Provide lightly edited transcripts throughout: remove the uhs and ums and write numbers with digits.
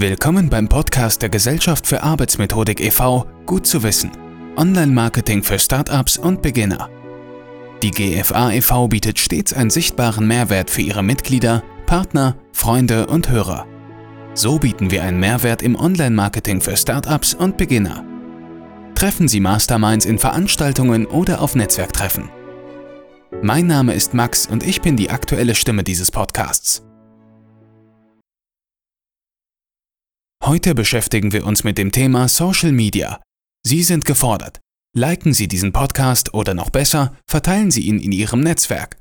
Willkommen beim Podcast der Gesellschaft für Arbeitsmethodik e.V. Gut zu wissen. Online-Marketing für Startups und Beginner. Die GFA e.V. bietet stets einen sichtbaren Mehrwert für ihre Mitglieder, Partner, Freunde und Hörer. So bieten wir einen Mehrwert im Online-Marketing für Startups und Beginner. Treffen Sie Masterminds in Veranstaltungen oder auf Netzwerktreffen. Mein Name ist Max und ich bin die aktuelle Stimme dieses Podcasts. Heute beschäftigen wir uns mit dem Thema Social Media. Sie sind gefordert. Liken Sie diesen Podcast oder noch besser, verteilen Sie ihn in Ihrem Netzwerk.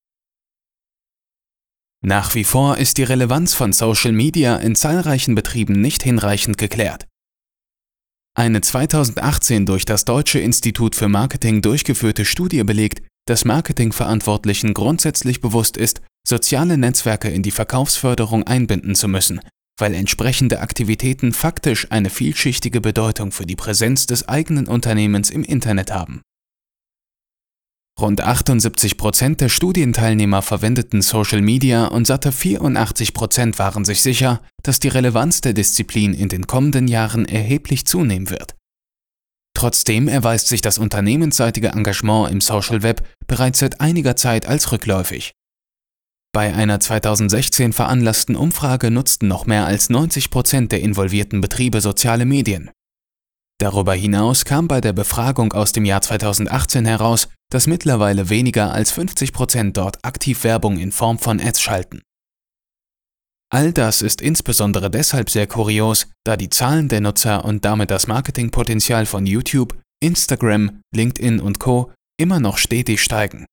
Nach wie vor ist die Relevanz von Social Media in zahlreichen Betrieben nicht hinreichend geklärt. Eine 2018 durch das Deutsche Institut für Marketing durchgeführte Studie belegt, dass Marketingverantwortlichen grundsätzlich bewusst ist, soziale Netzwerke in die Verkaufsförderung einbinden zu müssen, weil entsprechende Aktivitäten faktisch eine vielschichtige Bedeutung für die Präsenz des eigenen Unternehmens im Internet haben. Rund 78% der Studienteilnehmer verwendeten Social Media und satte 84% waren sich sicher, dass die Relevanz der Disziplin in den kommenden Jahren erheblich zunehmen wird. Trotzdem erweist sich das unternehmensseitige Engagement im Social Web bereits seit einiger Zeit als rückläufig. Bei einer 2016 veranlassten Umfrage nutzten noch mehr als 90% der involvierten Betriebe soziale Medien. Darüber hinaus kam bei der Befragung aus dem Jahr 2018 heraus, dass mittlerweile weniger als 50% dort aktiv Werbung in Form von Ads schalten. All das ist insbesondere deshalb sehr kurios, da die Zahlen der Nutzer und damit das Marketingpotenzial von YouTube, Instagram, LinkedIn und Co. immer noch stetig steigen.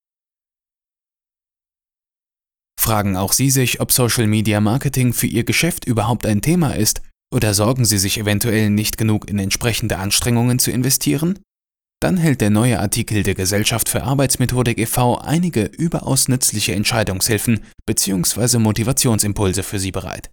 Fragen auch Sie sich, ob Social Media Marketing für Ihr Geschäft überhaupt ein Thema ist, oder sorgen Sie sich eventuell nicht genug in entsprechende Anstrengungen zu investieren? Dann hält der neue Artikel der Gesellschaft für Arbeitsmethodik e.V. einige überaus nützliche Entscheidungshilfen bzw. Motivationsimpulse für Sie bereit.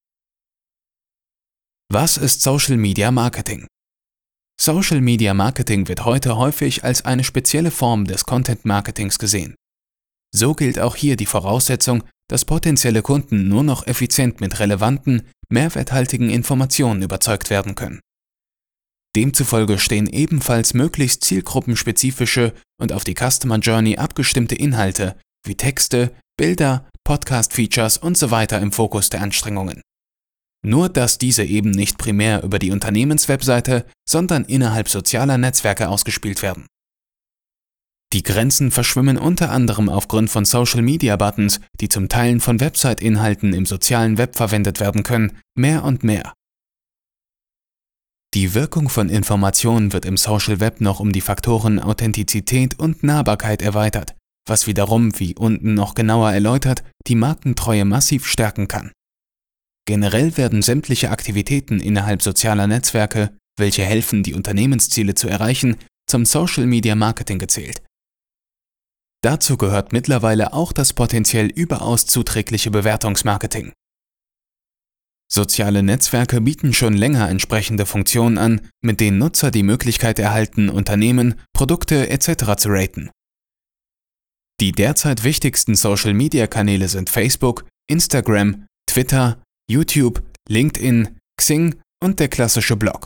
Was ist Social Media Marketing? Social Media Marketing wird heute häufig als eine spezielle Form des Content Marketings gesehen. So gilt auch hier die Voraussetzung, dass potenzielle Kunden nur noch effizient mit relevanten, mehrwerthaltigen Informationen überzeugt werden können. Demzufolge stehen ebenfalls möglichst zielgruppenspezifische und auf die Customer Journey abgestimmte Inhalte wie Texte, Bilder, Podcast-Features usw. im Fokus der Anstrengungen. Nur dass diese eben nicht primär über die Unternehmenswebseite, sondern innerhalb sozialer Netzwerke ausgespielt werden. Die Grenzen verschwimmen unter anderem aufgrund von Social-Media-Buttons, die zum Teilen von Website-Inhalten im sozialen Web verwendet werden können, mehr und mehr. Die Wirkung von Informationen wird im Social Web noch um die Faktoren Authentizität und Nahbarkeit erweitert, was wiederum, wie unten noch genauer erläutert, die Markentreue massiv stärken kann. Generell werden sämtliche Aktivitäten innerhalb sozialer Netzwerke, welche helfen, die Unternehmensziele zu erreichen, zum Social-Media-Marketing gezählt. Dazu gehört mittlerweile auch das potenziell überaus zuträgliche Bewertungsmarketing. Soziale Netzwerke bieten schon länger entsprechende Funktionen an, mit denen Nutzer die Möglichkeit erhalten, Unternehmen, Produkte etc. zu raten. Die derzeit wichtigsten Social-Media-Kanäle sind Facebook, Instagram, Twitter, YouTube, LinkedIn, Xing und der klassische Blog.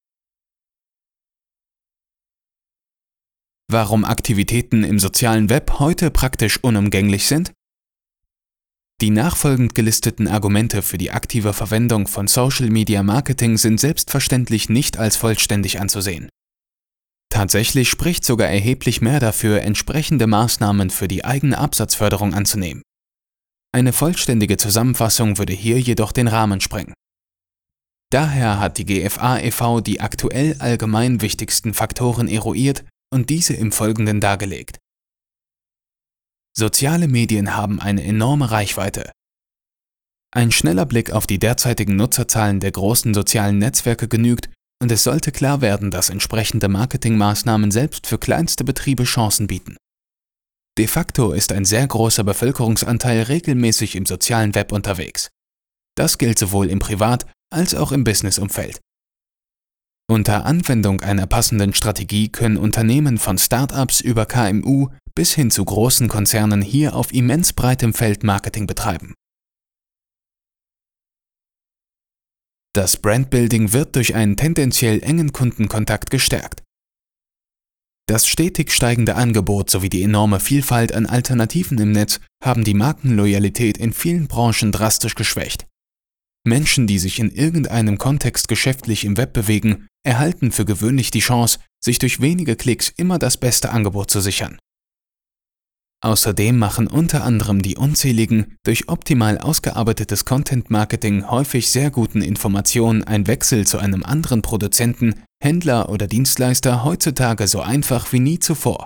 Warum Aktivitäten im sozialen Web heute praktisch unumgänglich sind? Die nachfolgend gelisteten Argumente für die aktive Verwendung von Social Media Marketing sind selbstverständlich nicht als vollständig anzusehen. Tatsächlich spricht sogar erheblich mehr dafür, entsprechende Maßnahmen für die eigene Absatzförderung anzunehmen. Eine vollständige Zusammenfassung würde hier jedoch den Rahmen sprengen. Daher hat die GFA e.V. die aktuell allgemein wichtigsten Faktoren eruiert und diese im Folgenden dargelegt. Soziale Medien haben eine enorme Reichweite. Ein schneller Blick auf die derzeitigen Nutzerzahlen der großen sozialen Netzwerke genügt und es sollte klar werden, dass entsprechende Marketingmaßnahmen selbst für kleinste Betriebe Chancen bieten. De facto ist ein sehr großer Bevölkerungsanteil regelmäßig im sozialen Web unterwegs. Das gilt sowohl im Privat- als auch im Businessumfeld. Unter Anwendung einer passenden Strategie können Unternehmen von Startups über KMU bis hin zu großen Konzernen hier auf immens breitem Feld Marketing betreiben. Das Brandbuilding wird durch einen tendenziell engen Kundenkontakt gestärkt. Das stetig steigende Angebot sowie die enorme Vielfalt an Alternativen im Netz haben die Markenloyalität in vielen Branchen drastisch geschwächt. Menschen, die sich in irgendeinem Kontext geschäftlich im Web bewegen, erhalten für gewöhnlich die Chance, sich durch wenige Klicks immer das beste Angebot zu sichern. Außerdem machen unter anderem die unzähligen, durch optimal ausgearbeitetes Content-Marketing häufig sehr guten Informationen ein Wechsel zu einem anderen Produzenten, Händler oder Dienstleister heutzutage so einfach wie nie zuvor.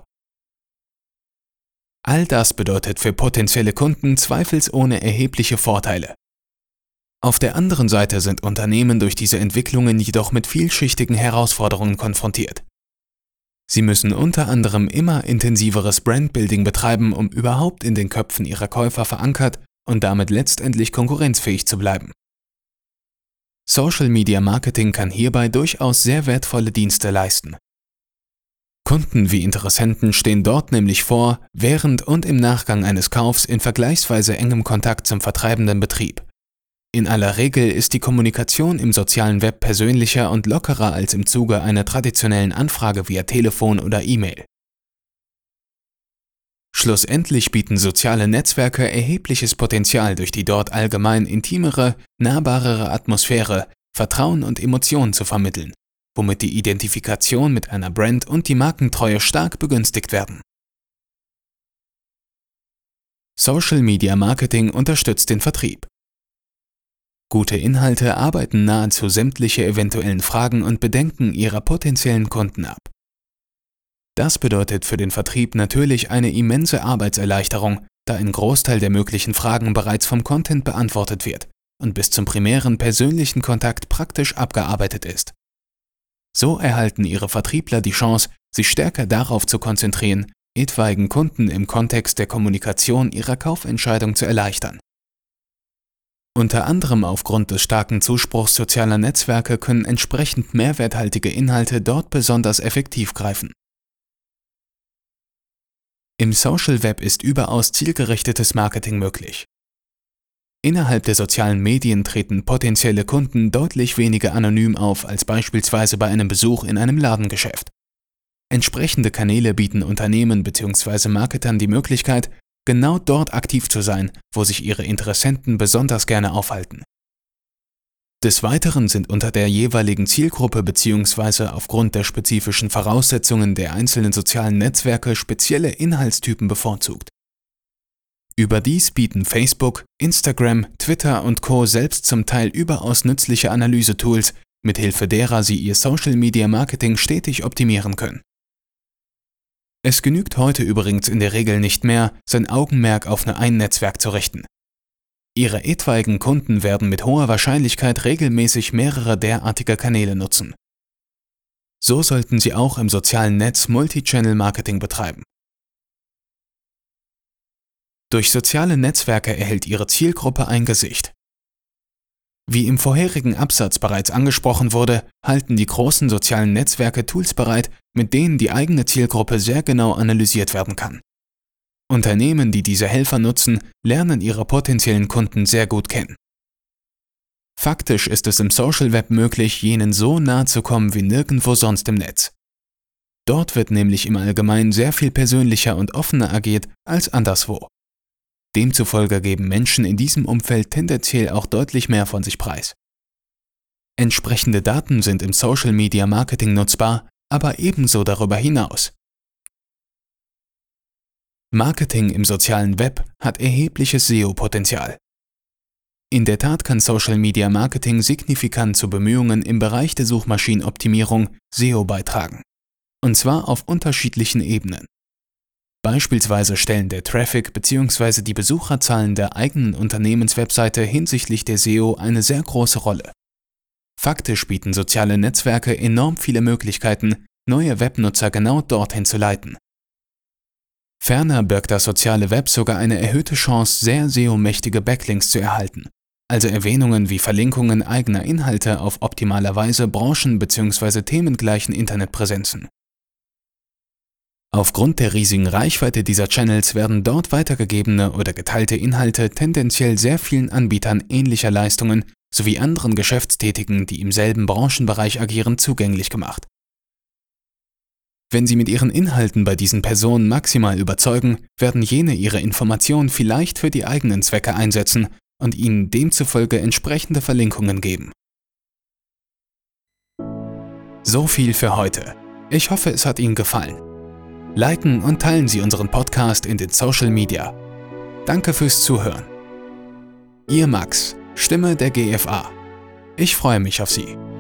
All das bedeutet für potenzielle Kunden zweifelsohne erhebliche Vorteile. Auf der anderen Seite sind Unternehmen durch diese Entwicklungen jedoch mit vielschichtigen Herausforderungen konfrontiert. Sie müssen unter anderem immer intensiveres Brandbuilding betreiben, um überhaupt in den Köpfen ihrer Käufer verankert und damit letztendlich konkurrenzfähig zu bleiben. Social Media Marketing kann hierbei durchaus sehr wertvolle Dienste leisten. Kunden wie Interessenten stehen dort nämlich vor, während und im Nachgang eines Kaufs in vergleichsweise engem Kontakt zum vertreibenden Betrieb. In aller Regel ist die Kommunikation im sozialen Web persönlicher und lockerer als im Zuge einer traditionellen Anfrage via Telefon oder E-Mail. Schlussendlich bieten soziale Netzwerke erhebliches Potenzial durch die dort allgemein intimere, nahbarere Atmosphäre, Vertrauen und Emotionen zu vermitteln, womit die Identifikation mit einer Brand und die Markentreue stark begünstigt werden. Social Media Marketing unterstützt den Vertrieb. Gute Inhalte arbeiten nahezu sämtliche eventuellen Fragen und Bedenken Ihrer potenziellen Kunden ab. Das bedeutet für den Vertrieb natürlich eine immense Arbeitserleichterung, da ein Großteil der möglichen Fragen bereits vom Content beantwortet wird und bis zum primären persönlichen Kontakt praktisch abgearbeitet ist. So erhalten Ihre Vertriebler die Chance, sich stärker darauf zu konzentrieren, etwaigen Kunden im Kontext der Kommunikation ihrer Kaufentscheidung zu erleichtern. Unter anderem aufgrund des starken Zuspruchs sozialer Netzwerke können entsprechend mehrwerthaltige Inhalte dort besonders effektiv greifen. Im Social Web ist überaus zielgerichtetes Marketing möglich. Innerhalb der sozialen Medien treten potenzielle Kunden deutlich weniger anonym auf als beispielsweise bei einem Besuch in einem Ladengeschäft. Entsprechende Kanäle bieten Unternehmen bzw. Marketern die Möglichkeit, genau dort aktiv zu sein, wo sich ihre Interessenten besonders gerne aufhalten. Des Weiteren sind unter der jeweiligen Zielgruppe bzw. aufgrund der spezifischen Voraussetzungen der einzelnen sozialen Netzwerke spezielle Inhaltstypen bevorzugt. Überdies bieten Facebook, Instagram, Twitter und Co. selbst zum Teil überaus nützliche Analysetools, mithilfe derer Sie Ihr Social Media Marketing stetig optimieren können. Es genügt heute übrigens in der Regel nicht mehr, sein Augenmerk auf nur ein Netzwerk zu richten. Ihre etwaigen Kunden werden mit hoher Wahrscheinlichkeit regelmäßig mehrere derartiger Kanäle nutzen. So sollten Sie auch im sozialen Netz Multi-Channel-Marketing betreiben. Durch soziale Netzwerke erhält Ihre Zielgruppe ein Gesicht. Wie im vorherigen Absatz bereits angesprochen wurde, halten die großen sozialen Netzwerke Tools bereit, mit denen die eigene Zielgruppe sehr genau analysiert werden kann. Unternehmen, die diese Helfer nutzen, lernen ihre potenziellen Kunden sehr gut kennen. Faktisch ist es im Social Web möglich, jenen so nahe zu kommen wie nirgendwo sonst im Netz. Dort wird nämlich im Allgemeinen sehr viel persönlicher und offener agiert als anderswo. Demzufolge geben Menschen in diesem Umfeld tendenziell auch deutlich mehr von sich preis. Entsprechende Daten sind im Social Media Marketing nutzbar, aber ebenso darüber hinaus. Marketing im sozialen Web hat erhebliches SEO-Potenzial. In der Tat kann Social Media Marketing signifikant zu Bemühungen im Bereich der Suchmaschinenoptimierung SEO beitragen. Und zwar auf unterschiedlichen Ebenen. Beispielsweise stellen der Traffic bzw. die Besucherzahlen der eigenen Unternehmenswebseite hinsichtlich der SEO eine sehr große Rolle. Faktisch bieten soziale Netzwerke enorm viele Möglichkeiten, neue Webnutzer genau dorthin zu leiten. Ferner birgt das soziale Web sogar eine erhöhte Chance, sehr SEO-mächtige Backlinks zu erhalten, also Erwähnungen wie Verlinkungen eigener Inhalte auf optimalerweise branchen- bzw. themengleichen Internetpräsenzen. Aufgrund der riesigen Reichweite dieser Channels werden dort weitergegebene oder geteilte Inhalte tendenziell sehr vielen Anbietern ähnlicher Leistungen sowie anderen Geschäftstätigen, die im selben Branchenbereich agieren, zugänglich gemacht. Wenn Sie mit Ihren Inhalten bei diesen Personen maximal überzeugen, werden jene Ihre Informationen vielleicht für die eigenen Zwecke einsetzen und Ihnen demzufolge entsprechende Verlinkungen geben. So viel für heute. Ich hoffe, es hat Ihnen gefallen. Liken und teilen Sie unseren Podcast in den Social Media. Danke fürs Zuhören. Ihr Max, Stimme der GFA. Ich freue mich auf Sie.